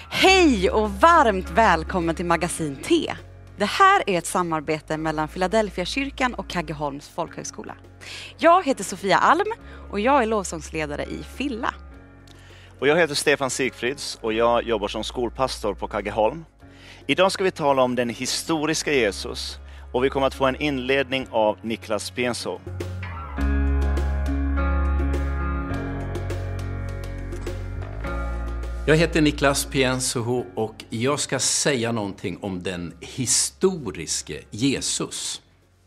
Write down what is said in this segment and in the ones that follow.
Hej och varmt välkommen till Magasin T. Det här är ett samarbete mellan Philadelphia kyrkan och Kaggeholms folkhögskola. Jag heter Sofia Alm och jag är lovsångsledare i Filla. Och jag heter Stefan Sigfrids och jag jobbar som skolpastor på Kaggeholm. Idag ska vi tala om den historiska Jesus och vi kommer att få en inledning av Niklas Pienso. Jag heter Niklas Pienso och jag ska säga någonting om den historiske Jesus.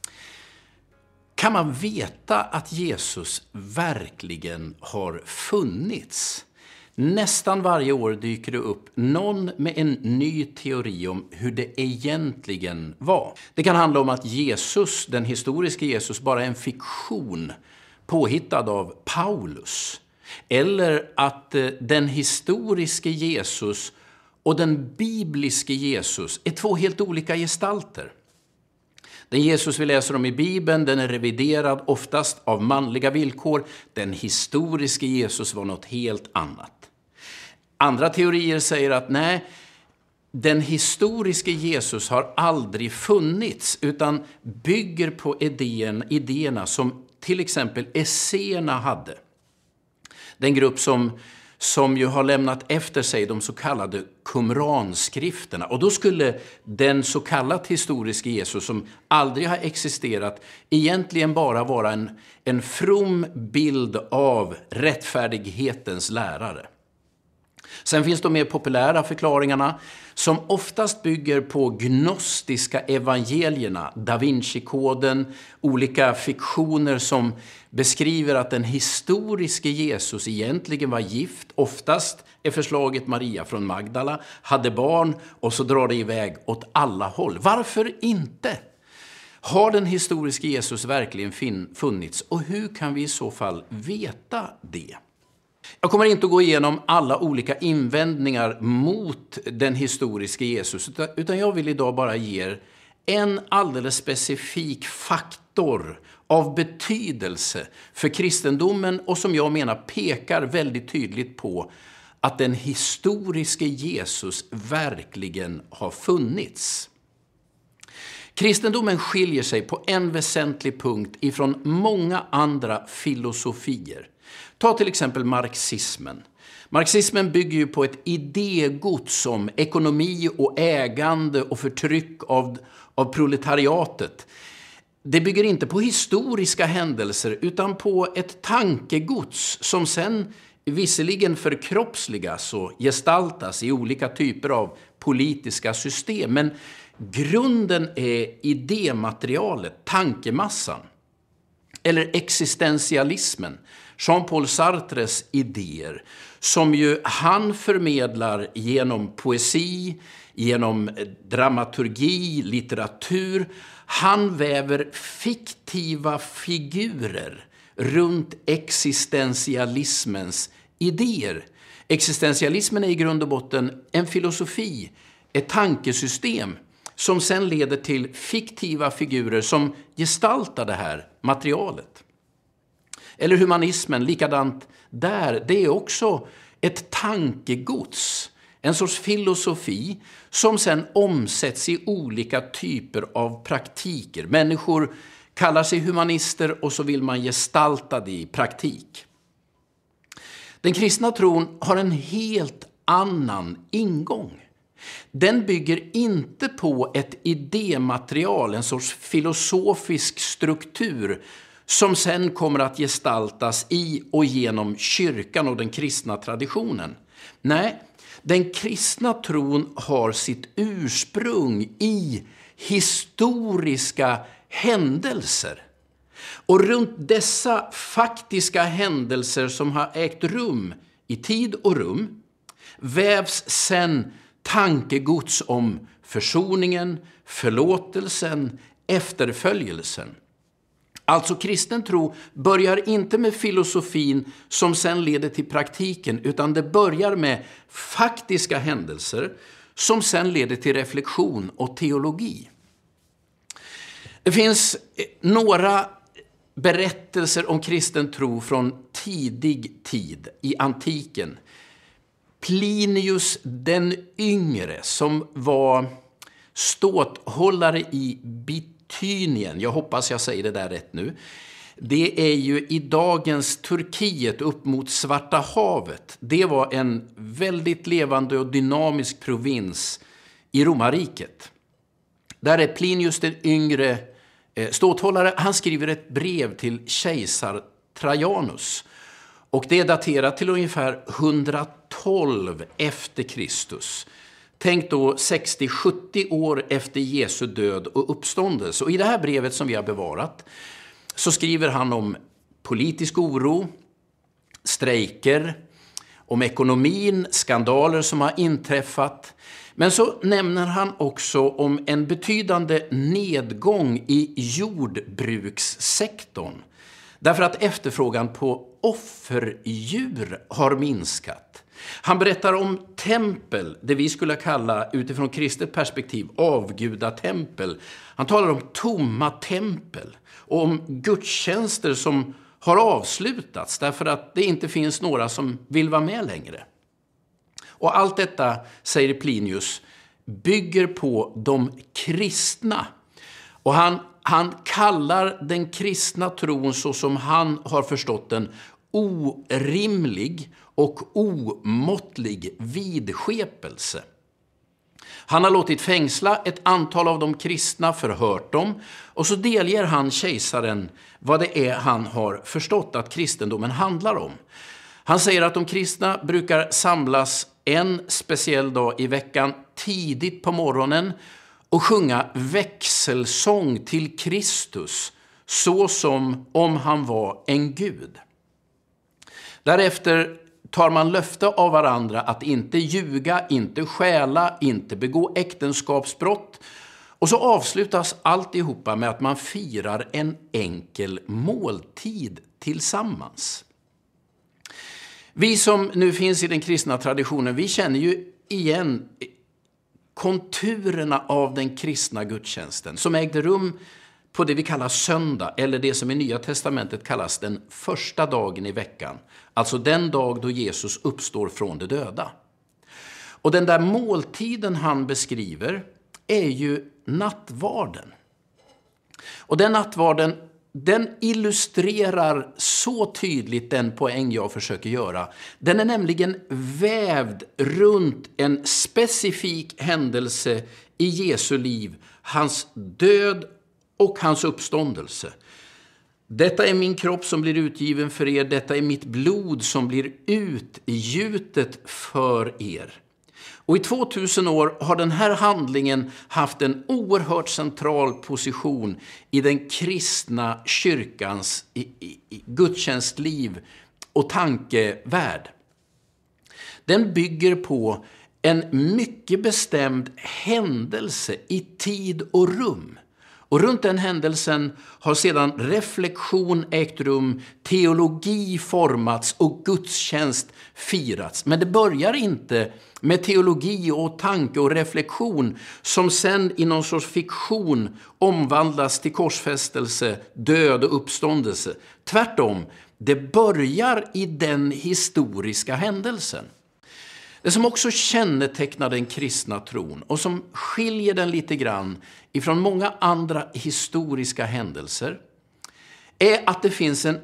Kan man veta att Jesus verkligen har funnits? Nästan varje år dyker det upp någon med en ny teori om hur det egentligen var. Det kan handla om att Jesus, den historiska Jesus, bara är en fiktion påhittad av Paulus. Eller att den historiske Jesus och den bibliske Jesus är två helt olika gestalter. Den Jesus vi läser om i Bibeln, den är reviderad oftast av manliga villkor. Den historiske Jesus var något helt annat. Andra teorier säger att nej, den historiske Jesus har aldrig funnits utan bygger på idéerna som till exempel esséerna hade. Den grupp som ju har lämnat efter sig de så kallade Qumran-skrifterna. Och då skulle den så kallade historiska Jesus som aldrig har existerat egentligen bara vara en from bild av rättfärdighetens lärare. Sen finns de mer populära förklaringarna som oftast bygger på gnostiska evangelierna, Da Vinci-koden, olika fiktioner som beskriver att den historiske Jesus egentligen var gift. Oftast är förslaget Maria från Magdala, hade barn och så drar det iväg åt alla håll. Varför inte? Har den historiske Jesus verkligen funnits och hur kan vi i så fall veta det? Jag kommer inte att gå igenom alla olika invändningar mot den historiska Jesus utan jag vill idag bara ge er en alldeles specifik faktor av betydelse för kristendomen och som jag menar pekar väldigt tydligt på att den historiske Jesus verkligen har funnits. Kristendomen skiljer sig på en väsentlig punkt ifrån många andra filosofier. Ta till exempel marxismen. Marxismen bygger ju på ett idégods om ekonomi och ägande och förtryck av proletariatet. Det bygger inte på historiska händelser utan på ett tankegods som sen visserligen förkroppsligas och gestaltas i olika typer av politiska system. Men grunden är idématerialet, tankemassan. Eller existentialismen, Jean-Paul Sartres idéer, som ju han förmedlar genom poesi, genom dramaturgi, litteratur. Han väver fiktiva figurer runt existentialismens idéer. Existentialismen är i grund och botten en filosofi, ett tankesystem som sen leder till fiktiva figurer som gestaltar det här materialet. Eller humanismen, likadant där. Det är också ett tankegods, en sorts filosofi som sen omsätts i olika typer av praktiker. Människor kallar sig humanister och så vill man gestalta det i praktik. Den kristna tron har en helt annan ingång. Den bygger inte på ett idématerial, en sorts filosofisk struktur som sen kommer att gestaltas i och genom kyrkan och den kristna traditionen. Nej, den kristna tron har sitt ursprung i historiska händelser. Och runt dessa faktiska händelser som har ägt rum i tid och rum vävs sen tankegods om försoningen, förlåtelsen, efterföljelsen. Alltså kristen tro börjar inte med filosofin som sen leder till praktiken utan det börjar med faktiska händelser som sen leder till reflektion och teologi. Det finns några berättelser om kristen tro från tidig tid i antiken. Plinius den yngre, som var ståthållare i Bitynien, jag hoppas jag säger det där rätt nu, det är ju i dagens Turkiet upp mot Svarta havet. Det var en väldigt levande och dynamisk provins i romarriket. Där är Plinius den yngre ståthållare. Han skriver ett brev till kejsar Trajanus. Och det är daterat till ungefär 112 efter Kristus. Tänk då 60-70 år efter Jesu död och uppståndelse. Och i det här brevet som vi har bevarat så skriver han om politisk oro, strejker, om ekonomin, skandaler som har inträffat. Men så nämner han också om en betydande nedgång i jordbrukssektorn. Därför att efterfrågan på offerdjur har minskat. Han berättar om tempel, det vi skulle kalla utifrån kristet perspektiv avgudatempel. Han talar om tomma tempel och om gudstjänster som har avslutats därför att det inte finns några som vill vara med längre. Och allt detta, säger Plinius, bygger på de kristna. Och han kallar den kristna tron så som han har förstått den orimlig och omåttlig vidskepelse. Han har låtit fängsla ett antal av de kristna, förhört dem, och så delger han kejsaren vad det är han har förstått att kristendomen handlar om. Han säger att de kristna brukar samlas en speciell dag i veckan tidigt på morgonen och sjunga växelsång till Kristus, så som om han var en gud. Därefter tar man löfte av varandra att inte ljuga, inte stjäla, inte begå äktenskapsbrott. Och så avslutas alltihopa med att man firar en enkel måltid tillsammans. Vi som nu finns i den kristna traditionen, vi känner ju igen konturerna av den kristna gudstjänsten som ägde rum på det vi kallar söndag, eller det som i Nya testamentet kallas den första dagen i veckan. Alltså den dag då Jesus uppstår från de döda. Och den där måltiden han beskriver är ju nattvarden. Och den nattvarden, den illustrerar så tydligt den poäng jag försöker göra. Den är nämligen vävd runt en specifik händelse i Jesu liv, hans död och hans uppståndelse. Detta är min kropp som blir utgiven för er, detta är mitt blod som blir utgjutet för er. Och i 2000 år har den här handlingen haft en oerhört central position i den kristna kyrkans i gudstjänstliv och tankevärld. Den bygger på en mycket bestämd händelse i tid och rum. Och runt den händelsen har sedan reflektion ägt rum, teologi formats och gudstjänst firats. Men det börjar inte med teologi och tanke och reflektion som sen i någon sorts fiktion omvandlas till korsfästelse, död och uppståndelse. Tvärtom, det börjar i den historiska händelsen. Det som också kännetecknar den kristna tron och som skiljer den lite grann ifrån många andra historiska händelser är att det finns en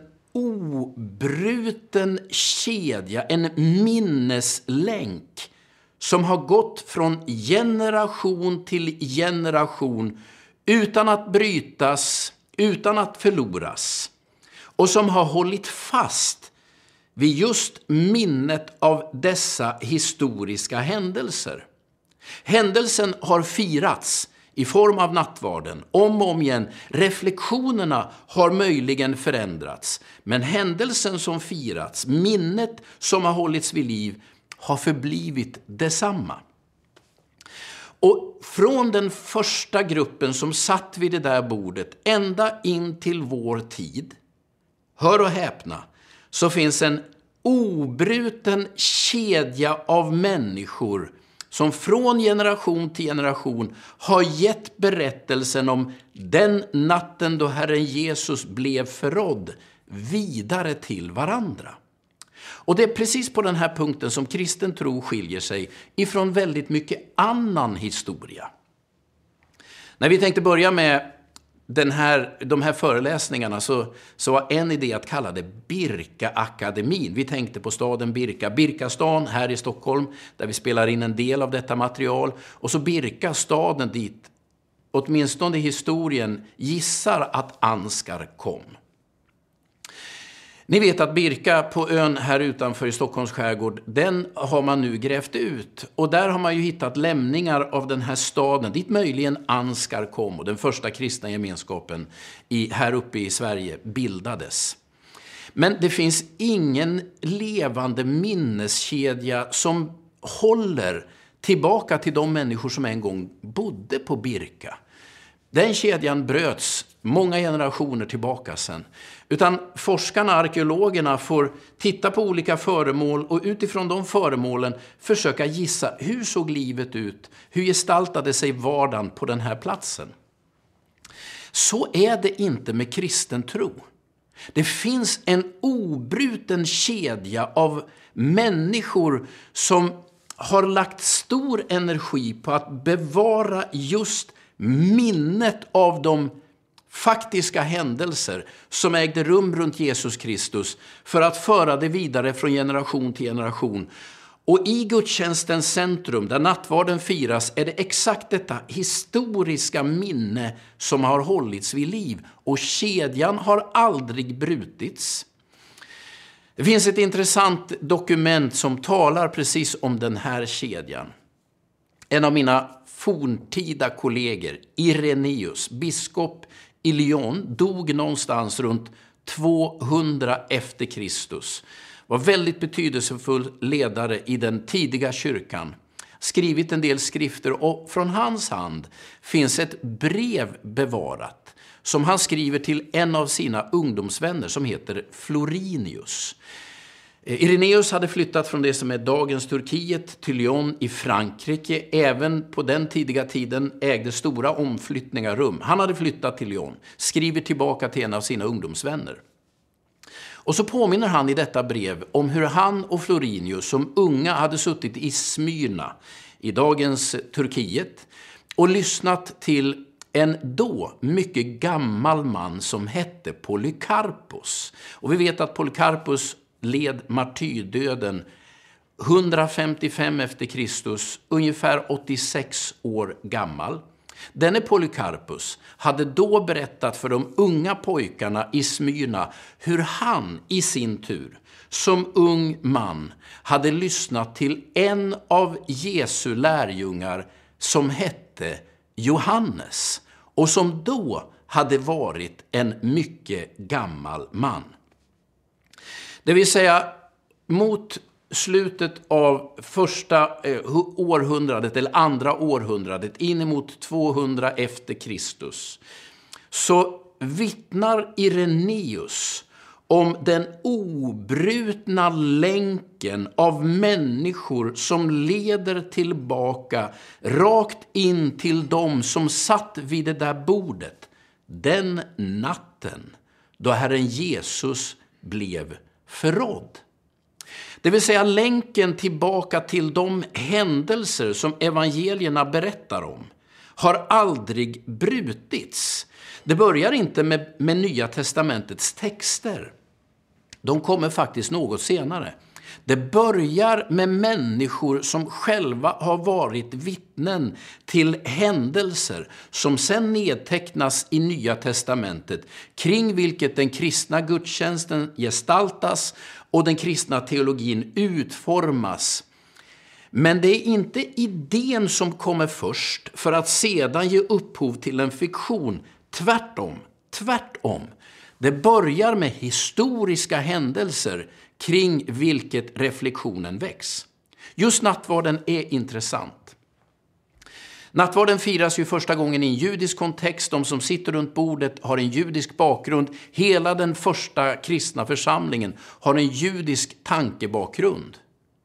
obruten kedja, en minneslänk som har gått från generation till generation utan att brytas, utan att förloras, och som har hållit fast vid just minnet av dessa historiska händelser. Händelsen har firats i form av nattvarden, om och om igen. Reflektionerna har möjligen förändrats, men händelsen som firats, minnet som har hållits vid liv, har förblivit detsamma. Och från den första gruppen som satt vid det där bordet ända in till vår tid, hör och häpna, så finns en obruten kedja av människor som från generation till generation har gett berättelsen om den natten då Herren Jesus blev förrådd vidare till varandra. Och det är precis på den här punkten som kristen tro skiljer sig ifrån väldigt mycket annan historia. När vi tänkte börja med de här föreläsningarna så var en idé att kalla det Birka-akademin. Vi tänkte på staden Birka. Birkastan här i Stockholm, där vi spelar in en del av detta material. Och så Birka, staden dit, åtminstone i historien, gissar att Ansgar kom. Ni vet att Birka på ön här utanför i Stockholms skärgård, den har man nu grävt ut. Och där har man ju hittat lämningar av den här staden, dit möjligen Ansgar kom och den första kristna gemenskapen här uppe i Sverige bildades. Men det finns ingen levande minneskedja som håller tillbaka till de människor som en gång bodde på Birka. Den kedjan bröts många generationer tillbaka sen. Utan forskarna, arkeologerna får titta på olika föremål och utifrån de föremålen försöka gissa hur såg livet ut, hur gestaltade sig vardagen på den här platsen. Så är det inte med kristen tro. Det finns en obruten kedja av människor som har lagt stor energi på att bevara just minnet av de faktiska händelser som ägde rum runt Jesus Kristus för att föra det vidare från generation till generation. Och i gudstjänstens centrum, där nattvarden firas, är det exakt detta historiska minne som har hållits vid liv. Och kedjan har aldrig brutits. Det finns ett intressant dokument som talar precis om den här kedjan. En av mina forntida kollegor, Irenaeus, biskop i Lyon, dog någonstans runt 200 efter Kristus. Var väldigt betydelsefull ledare i den tidiga kyrkan. Skrivit en del skrifter och från hans hand finns ett brev bevarat som han skriver till en av sina ungdomsvänner som heter Florinius. Irenaeus hade flyttat från det som är dagens Turkiet till Lyon i Frankrike. Även på den tidiga tiden ägde stora omflyttningar rum. Han hade flyttat till Lyon, skriver tillbaka till en av sina ungdomsvänner. Och så påminner han i detta brev om hur han och Florinius som unga hade suttit i Smyrna i dagens Turkiet och lyssnat till en då mycket gammal man som hette Polycarpus. Och vi vet att Polycarpus led martyrdöden 155 efter Kristus, ungefär 86 år gammal. Denne Polycarpus hade då berättat för de unga pojkarna i Smyrna hur han i sin tur som ung man hade lyssnat till en av Jesu lärjungar som hette Johannes och som då hade varit en mycket gammal man. Det vill säga mot slutet av första århundradet eller andra århundradet in emot 200 efter Kristus så vittnar Irenaeus om den obrutna länken av människor som leder tillbaka rakt in till dem som satt vid det där bordet den natten då Herren Jesus blev förrådd. Det vill säga länken tillbaka till de händelser som evangelierna berättar om har aldrig brutits. Det börjar inte med Nya testamentets texter. De kommer faktiskt något senare. Det börjar med människor som själva har varit vittnen till händelser som sen nedtecknas i Nya testamentet, kring vilket den kristna gudstjänsten gestaltas och den kristna teologin utformas. Men det är inte idén som kommer först för att sedan ge upphov till en fiktion. Tvärtom. Det börjar med historiska händelser kring vilket reflektionen väcks. Just nattvarden är intressant. Nattvarden firas ju första gången i en judisk kontext. De som sitter runt bordet har en judisk bakgrund. Hela den första kristna församlingen har en judisk tankebakgrund.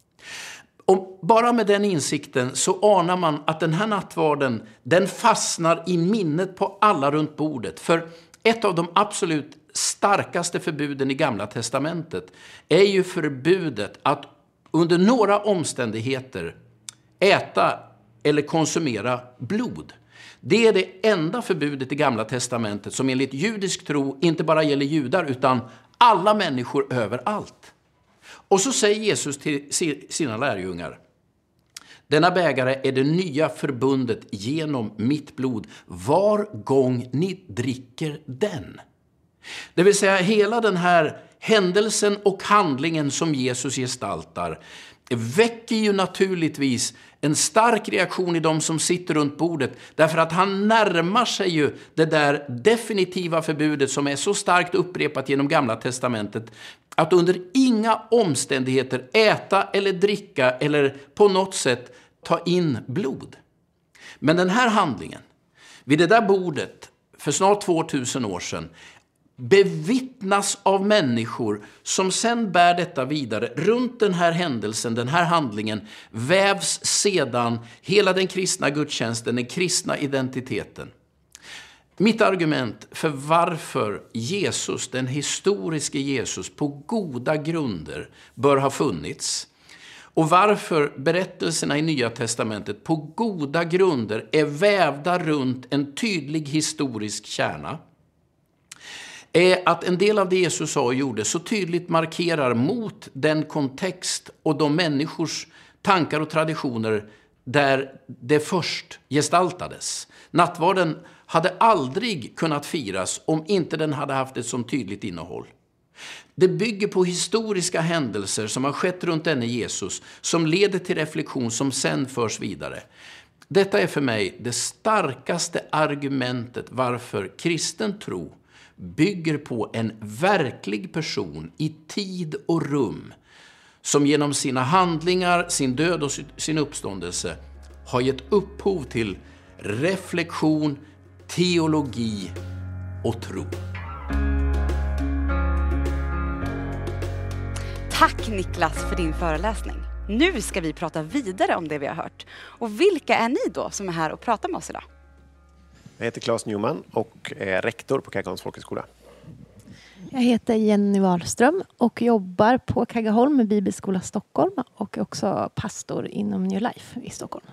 Och bara med den insikten så anar man att den här nattvarden, den fastnar i minnet på alla runt bordet. För Ett av de absolut starkaste förbuden i Gamla testamentet är ju förbudet att under några omständigheter äta eller konsumera blod. Det är det enda förbudet i Gamla testamentet som enligt judisk tro inte bara gäller judar utan alla människor överallt. Och så säger Jesus till sina lärjungar: denna bägare är det nya förbundet genom mitt blod var gång ni dricker den. Det vill säga hela den här händelsen och handlingen som Jesus gestaltar väcker ju naturligtvis en stark reaktion i de som sitter runt bordet. Därför att han närmar sig ju det där definitiva förbudet som är så starkt upprepat genom Gamla testamentet. Att under inga omständigheter äta eller dricka eller på något sätt ta in blod. Men den här handlingen, vid det där bordet för snart 2000 år sedan, bevittnas av människor som sen bär detta vidare. Runt den här händelsen, den här handlingen, vävs sedan hela den kristna gudstjänsten, den kristna identiteten. Mitt argument för varför Jesus, den historiske Jesus, på goda grunder bör ha funnits och varför berättelserna i Nya testamentet på goda grunder är vävda runt en tydlig historisk kärna är att en del av det Jesus sa och gjorde så tydligt markerar mot den kontext och de människors tankar och traditioner där det först gestaltades. Nattvarden hade aldrig kunnat firas om inte den hade haft ett så tydligt innehåll. Det bygger på historiska händelser som har skett runt denne Jesus som leder till reflektion som sen förs vidare. Detta är för mig det starkaste argumentet varför kristen tro bygger på en verklig person i tid och rum som genom sina handlingar, sin död och sin uppståndelse har gett upphov till reflektion, teologi och tro. Tack Niklas för din föreläsning. Nu ska vi prata vidare om det vi har hört. Och vilka är ni då som är här och pratar med oss idag? Jag heter Claes Newman och är rektor på Kaggeholms folkhögskola. Jag heter Jenny Wahlström och jobbar på Kaggeholm med Bibelskola Stockholm och är också pastor inom New Life i Stockholm.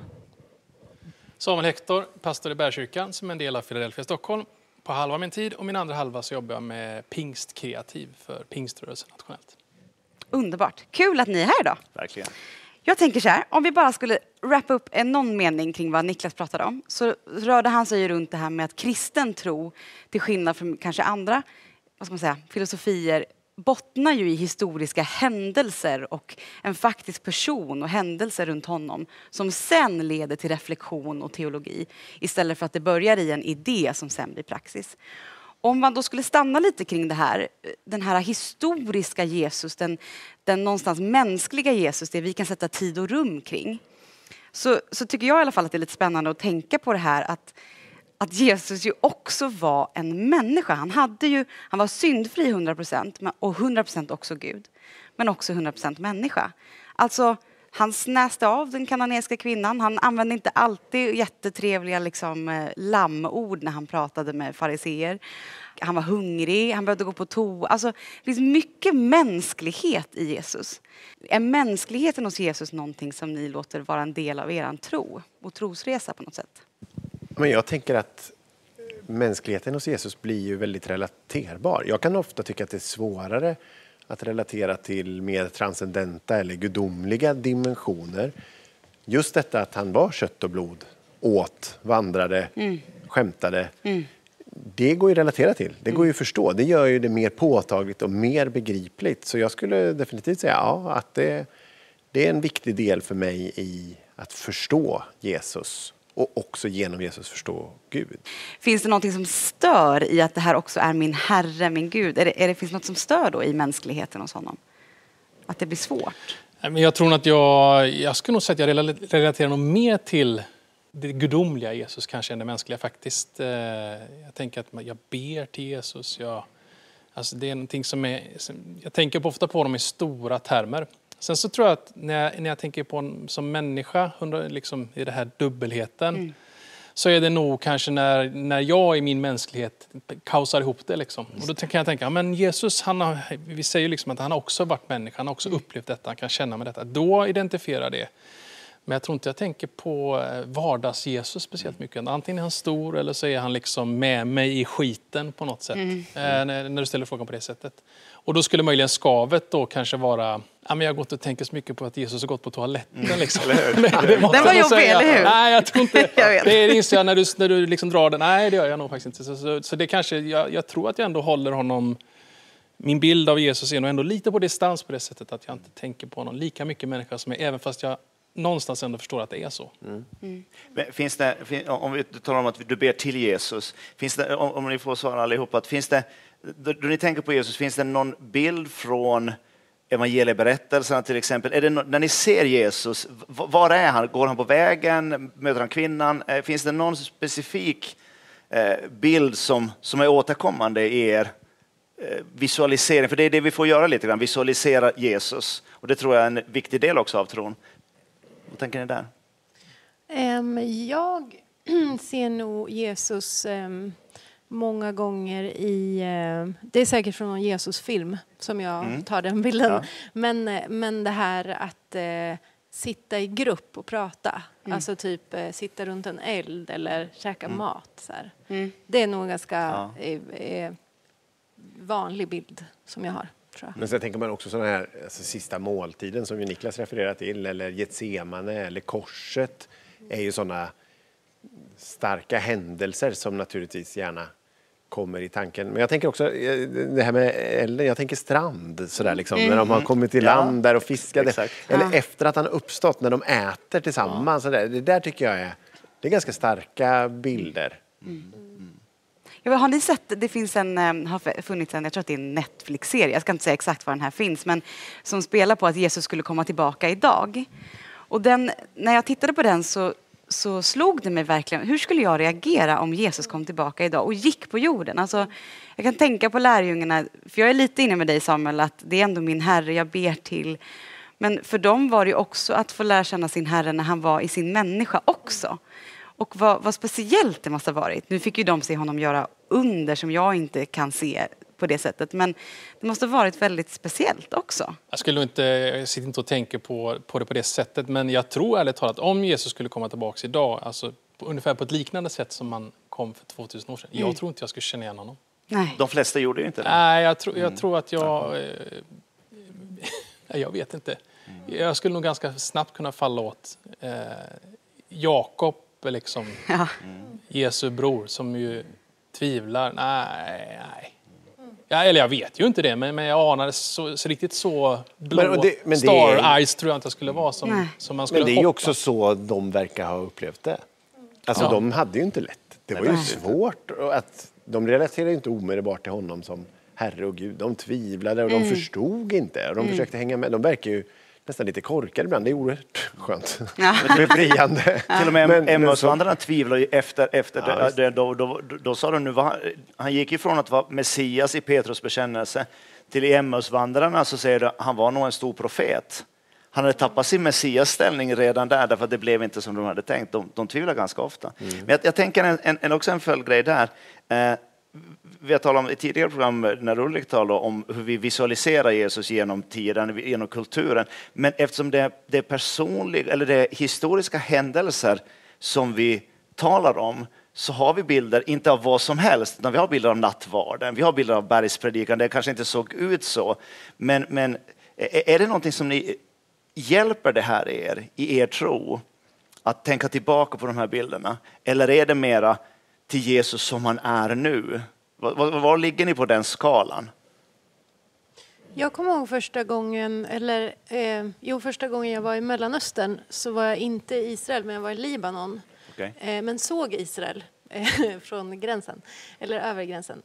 Samuel Hector, pastor i Bergkyrkan som är en del av Philadelphia Stockholm. På halva min tid och min andra halva så jobbar jag med pingstkreativ för pingströrelsen nationellt. Underbart. Kul att ni är här idag. Verkligen. Jag tänker så här, om vi bara skulle wrappa upp någon mening kring vad Niklas pratade om, så rörde han sig ju runt det här med att kristen tro, till skillnad från kanske andra, vad ska man säga, filosofier, bottnar ju i historiska händelser och en faktisk person och händelser runt honom som sen leder till reflektion och teologi istället för att det börjar i en idé som sen blir praxis. Om man då skulle stanna lite kring det här, den här historiska Jesus, den någonstans mänskliga Jesus, det vi kan sätta tid och rum kring, så tycker jag i alla fall att det är lite spännande att tänka på det här att Jesus ju också var en människa. Han var syndfri 100% och 100% också Gud, men också 100% människa. Alltså han snäste av den kananeiska kvinnan. Han använde inte alltid jättetrevliga lammord när han pratade med fariseer. Han var hungrig, han behövde gå på toa. Alltså, det finns mycket mänsklighet i Jesus. Är mänskligheten hos Jesus någonting som ni låter vara en del av er tro och trosresa på något sätt? Men jag tänker att mänskligheten hos Jesus blir ju väldigt relaterbar. Jag kan ofta tycka att det är svårare att relatera till mer transcendenta eller gudomliga dimensioner. Just detta att han var kött och blod, åt, vandrade, skämtade. Det går ju att relatera till. Det går ju att förstå. Det gör ju det mer påtagligt och mer begripligt. Så jag skulle definitivt säga att det är en viktig del för mig i att förstå Jesus. Och också genom Jesus förstå Gud. Finns det något som stör i att det här också är min Herre, min Gud? Finns det något som stör då i mänskligheten hos honom? Att det blir svårt? Jag tror att jag skulle nog säga att jag relaterar nog mer till det gudomliga Jesus kanske än det mänskliga faktiskt. Jag tänker att jag ber till Jesus. Alltså det är någonting jag tänker ofta på dem i stora termer. Sen så tror jag att när jag tänker på en som människa liksom i det här dubbelheten så är det nog kanske när jag i min mänsklighet kaosar ihop det. Liksom. Och då kan jag tänka, men Jesus, vi säger liksom att han har också varit människa, han har också upplevt detta, han kan känna med detta. Då identifierar det. Men jag tror inte jag tänker på vardags-Jesus speciellt mycket. Antingen är han stor eller så är han liksom med mig i skiten på något sätt. När du ställer frågan på det sättet. Och då skulle möjligen skavet då kanske vara... Ja, men jag har gått och tänkt så mycket på att Jesus har gått på toaletten. Liksom. Den var jobbig, eller hur? Nej, jag tror inte. Jag det inser jag när du liksom drar den. Nej, det gör jag nog faktiskt inte. Så det kanske... Jag tror att jag ändå håller honom... Min bild av Jesus är nog ändå lite på distans på det sättet att jag inte tänker på honom lika mycket människa som jag, även fast jag någonstans ändå förstår att det är så. Men finns det, om vi talar om att du ber till Jesus, finns det, om ni får svara allihopa, att finns det, då ni tänker på Jesus, finns det någon bild från evangelieberättelserna till exempel? Är det när ni ser Jesus, var är han? Går han på vägen? Möter han kvinnan? Finns det någon specifik bild som är återkommande i er visualisering? För det är det vi får göra lite grann, visualisera Jesus. Och det tror jag är en viktig del också av tron. Vad tänker ni där? Jag ser nog Jesus många gånger i... det är säkert från någon Jesus-film som jag tar den bilden. Ja. Men det här att sitta i grupp och prata. Alltså typ sitta runt en eld eller käka mat. Så här. Det är nog en ganska vanlig bild som jag har. Men så tänker man också sådana här sista måltiden som ju Niklas refererar till, eller Getsemane eller korset, är ju sådana starka händelser som naturligtvis gärna kommer i tanken. Men jag tänker också det här med elden, jag tänker strand sådär liksom, när de har kommit till land där och fiskade. Exakt. Eller efter att han har uppstått, när de äter tillsammans. Sådär. Det där tycker jag det är ganska starka bilder. Ja, har ni sett, det finns har funnits en, jag tror att det är en Netflix-serie, jag ska inte säga exakt var den här finns, men som spelar på att Jesus skulle komma tillbaka idag. Och när jag tittade på den så slog det mig verkligen, hur skulle jag reagera om Jesus kom tillbaka idag och gick på jorden? Alltså, jag kan tänka på lärjungarna, för jag är lite inne med dig Samuel, att det är ändå min Herre jag ber till. Men för dem var det också att få lära känna sin Herre när han var i sin människa också. Och vad speciellt det måste ha varit. Nu fick ju de se honom göra under som jag inte kan se på det sättet. Men det måste ha varit väldigt speciellt också. Jag sitter inte och tänker på det på det sättet. Men jag tror ärligt talat, om Jesus skulle komma tillbaka idag, alltså ungefär på ett liknande sätt som man kom för 2000 år sedan. Jag tror inte jag skulle känna igen honom. Nej. De flesta gjorde ju inte det. Nej, jag tror att jag vet inte. Jag skulle nog ganska snabbt kunna falla åt Jakob, liksom Jesu bror, som ju tvivlar. Nej. Ja, eller jag vet ju inte det, men jag anar så riktigt så blå star eyes tror jag inte skulle vara som man skulle. Men det är ju också så de verkar ha upplevt det. Alltså de hade ju inte lätt. Det var ju svårt att de relaterade inte omedelbart till honom som Herre och Gud. De tvivlade och de förstod inte. Och de försökte hänga med. De verkar ju nästan lite korkade ibland. Det är oerhört skönt. Befriande. Till och med Emmausvandrarna tvivlar ju efter då sa de nu, han gick ifrån att vara Messias i Petrus bekännelse till i Emmausvandrarna så säger det, han var nog en stor profet. Han hade tappat sin Messias ställning redan där därför att det blev inte som de hade tänkt. De tvivlar ganska ofta. Men jag tänker också en följdgrej där. Vi har talat om i tidigare program när Ulrik talade om hur vi visualiserar Jesus genom tiden, genom kulturen. Men eftersom det är personliga eller det är historiska händelser som vi talar om så har vi bilder, inte av vad som helst, utan vi har bilder av nattvarden, vi har bilder av bergspredikan, det kanske inte såg ut så. Men är det någonting som ni hjälper det här i er tro att tänka tillbaka på de här bilderna? Eller är det mera till Jesus som han är nu? Var ligger ni på den skalan? Jag kommer ihåg första gången jag var i Mellanöstern så var jag inte i Israel men jag var i Libanon. Okay. Men såg Israel från gränsen, eller över gränsen.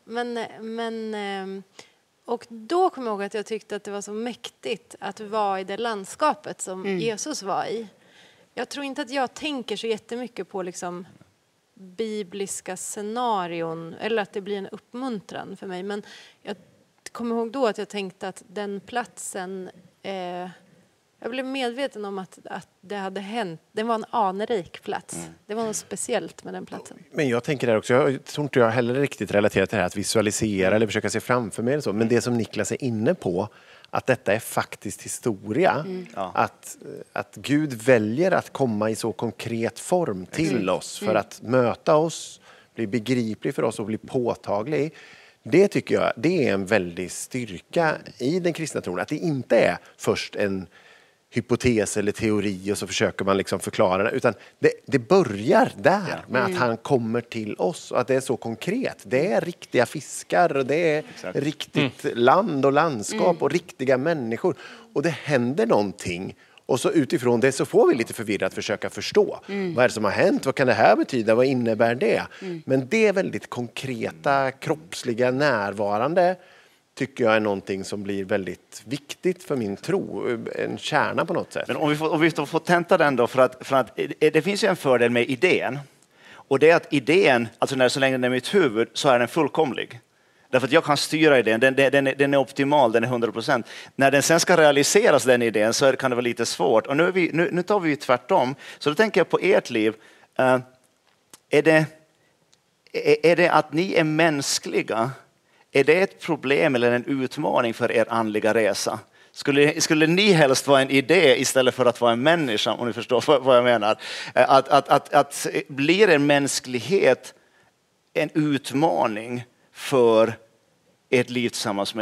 Och då kommer jag ihåg att jag tyckte att det var så mäktigt att vara i det landskapet som Jesus var i. Jag tror inte att jag tänker så jättemycket på liksom bibliska scenarion eller att det blir en uppmuntran för mig. Men jag kommer ihåg då att jag tänkte att den platsen Jag blev medveten om att det hade hänt. Det var en anrik plats. Det var något speciellt med den platsen. Men jag tänker där också, jag tror inte jag heller riktigt relaterat till det här att visualisera eller försöka se framför mig eller så. Men det som Niklas är inne på, att detta är faktiskt historia. Att Gud väljer att komma i så konkret form till oss för att möta oss, bli begriplig för oss och bli påtaglig. Det tycker jag, det är en väldig styrka i den kristna tron. Att det inte är först en hypotes eller teori och så försöker man liksom förklara det. Utan det börjar där med att han kommer till oss och att det är så konkret. Det är riktiga fiskar och det är riktigt land och landskap och riktiga människor. Och det händer någonting. Och så utifrån det så får vi lite förvirrat försöka förstå. Vad är det som har hänt? Vad kan det här betyda? Vad innebär det? Men det är väldigt konkreta, kroppsliga, närvarande tycker jag är någonting som blir väldigt viktigt för min tro. En kärna på något sätt. Men om vi får tenta den då, för att det finns ju en fördel med idén. Och det är att idén, alltså så länge den är i mitt huvud, så är den fullkomlig. Därför att jag kan styra idén, den är optimal, den är 100%. När den sen ska realiseras, den idén, så kan det vara lite svårt. Och nu tar vi tvärtom. Så då tänker jag på ert liv. Är det att ni är mänskliga? Är det ett problem eller en utmaning för er andliga resa? Skulle ni helst vara en idé istället för att vara en människa, om ni förstår vad jag menar? Att blir en mänsklighet en utmaning för ett liv tillsammans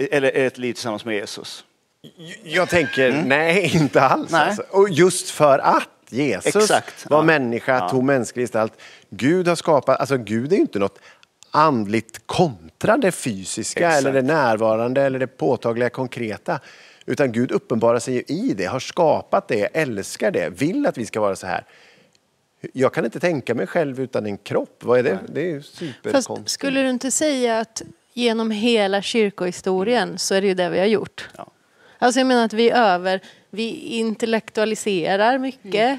med Jesus? Jag tänker, nej, inte alls. Nej. Alltså. Och just för att Jesus var människa, tog mänsklig gestalt. Gud har skapat, alltså Gud är ju inte något andligt kontra det fysiska eller det närvarande eller det påtagliga konkreta. Utan Gud uppenbarar sig ju i det, har skapat det, älskar det, vill att vi ska vara så här. Jag kan inte tänka mig själv utan en kropp. Vad är det? Det är ju superkonstigt. Fast skulle du inte säga att genom hela kyrkohistorien så är det ju det vi har gjort? Ja. Alltså jag menar att vi intellektualiserar mycket.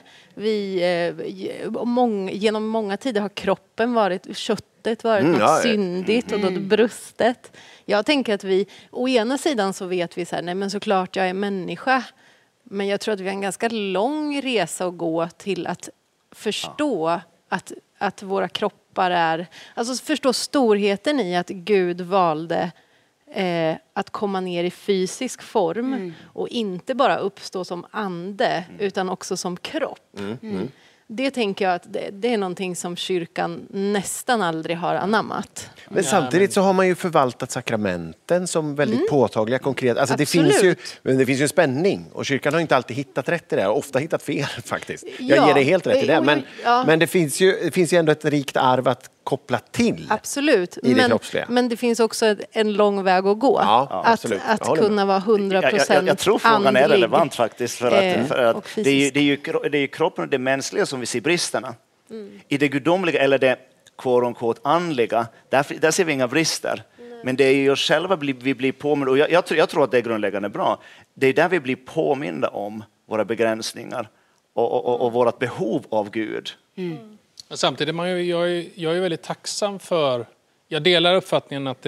Genom många tider har kroppen varit, köttet varit något syndigt och då brustet. Jag tänker att vi, å ena sidan så vet vi så här, nej men såklart jag är människa. Men jag tror att vi har en ganska lång resa att gå till att förstå att våra kroppar är, alltså förstå storheten i att Gud valde att komma ner i fysisk form och inte bara uppstå som ande utan också som kropp. Det tänker jag att det är någonting som kyrkan nästan aldrig har anammat. Men samtidigt så har man ju förvaltat sakramenten som väldigt påtagliga, konkreta. Alltså det finns ju en spänning och kyrkan har inte alltid hittat rätt i det och ofta hittat fel faktiskt. Jag ger dig helt rätt i det. Men det finns ju ändå ett rikt arv att koppla till. Absolut. Men det finns också en lång väg att gå. Att kunna vara 100% jag tror frågan är relevant faktiskt. För att det är ju kroppen och det mänskliga som vi ser bristerna. I det gudomliga eller det quote-unquote andliga, där ser vi inga brister. Men det är ju oss själva vi blir påminda. Och jag tror att det är grundläggande bra. Det är där vi blir påminda om våra begränsningar och vårt behov av Gud. Samtidigt jag är väldigt tacksam för, jag delar uppfattningen att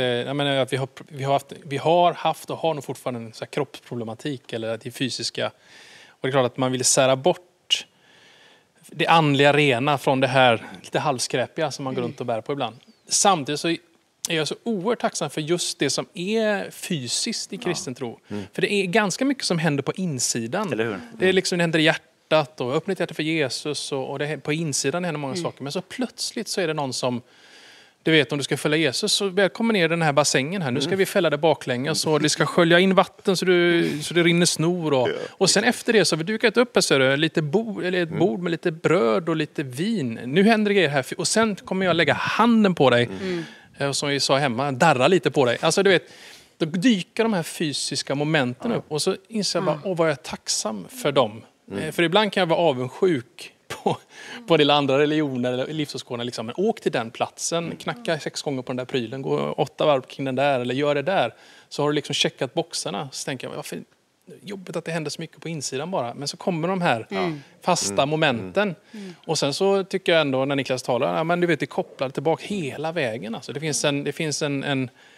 vi har haft och har nog fortfarande en så här kroppsproblematik eller det fysiska. Och det är klart att man vill sära bort det andliga rena från det här lite halvskräpiga som man går runt och bär på ibland. Samtidigt så är jag så oerhört tacksam för just det som är fysiskt i kristen tro. För det är ganska mycket som händer på insidan. Eller hur? Det är liksom, det händer i hjärtat och öppna ett hjärta för Jesus och det, på insidan händer många saker. Men så plötsligt så är det någon som, du vet, om du ska följa Jesus så välkommen ner i den här bassängen här. Nu ska vi fälla det baklänges och det ska skölja in vatten så det rinner snor. Och sen efter det så har vi dukat upp lite ett bord med lite bröd och lite vin. Nu händer det grejer här. Och sen kommer jag lägga handen på dig. Och som vi sa hemma, darra lite på dig. Alltså du vet, då dyker de här fysiska momenten upp. Och så inser jag bara, vad jag är tacksam för dem. För ibland kan jag vara avundsjuk på en del andra religioner eller livsåskådningar. Liksom. Men åk till den platsen, knacka 6 gånger på den där prylen, gå 8 varv kring den där eller gör det där. Så har du liksom checkat boxarna. Så tänker jag, varför jobbigt att det händer så mycket på insidan bara. Men så kommer de här fasta momenten. Och sen så tycker jag ändå när Niklas talar, men du vet, det kopplar tillbaka hela vägen. Alltså. Det finns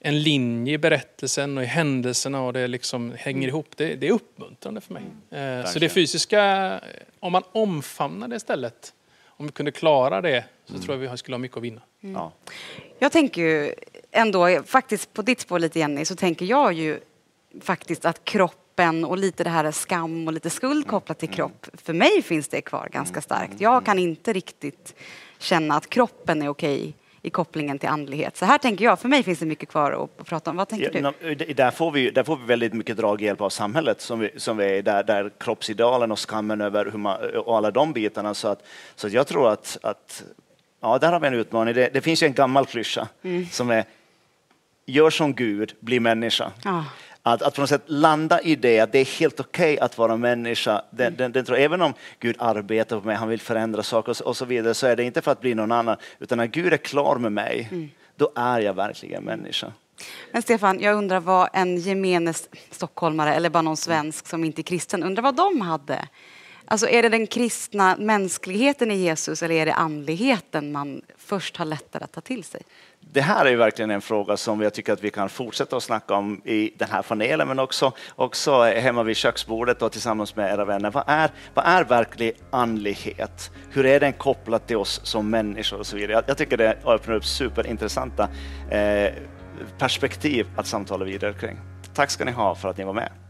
en linje i berättelsen och i händelserna och det liksom hänger ihop. Det är uppmuntrande för mig. Så det fysiska, om man omfamnar det istället, om vi kunde klara det, så tror jag vi skulle ha mycket att vinna. Ja. Jag tänker ju ändå, faktiskt på ditt spår lite Jenny, så tänker jag ju faktiskt att kroppen och lite det här skam och lite skuld kopplat till kropp, för mig finns det kvar ganska starkt. Jag kan inte riktigt känna att kroppen är okej i kopplingen till andlighet. Så här tänker jag, för mig finns det mycket kvar att prata om. Vad tänker du? Där får vi väldigt mycket draghjälp av samhället som vi är där kroppsidealen och skammen över hur man, och alla de bitarna. Så jag tror att ja, där har vi en utmaning. Det finns ju en gammal klyscha som är gör som Gud, bli människa. Ja. Att på något sätt landa i det, att det är helt okej att vara människa. Den tror, även om Gud arbetar på mig, han vill förändra saker och så vidare, så är det inte för att bli någon annan, utan när Gud är klar med mig, då är jag verkligen människa. Men Stefan, jag undrar vad en gemene stockholmare eller bara någon svensk som inte är kristen, undrar vad de hade. Alltså är det den kristna mänskligheten i Jesus eller är det andligheten man först har lättare att ta till sig? Det här är ju verkligen en fråga som jag tycker att vi kan fortsätta att snacka om i den här panelen, men också hemma vid köksbordet och tillsammans med era vänner. Vad är verklig andlighet? Hur är den kopplad till oss som människor och så vidare? Jag tycker det öppnar upp superintressanta perspektiv att samtala vidare kring. Tack ska ni ha för att ni var med.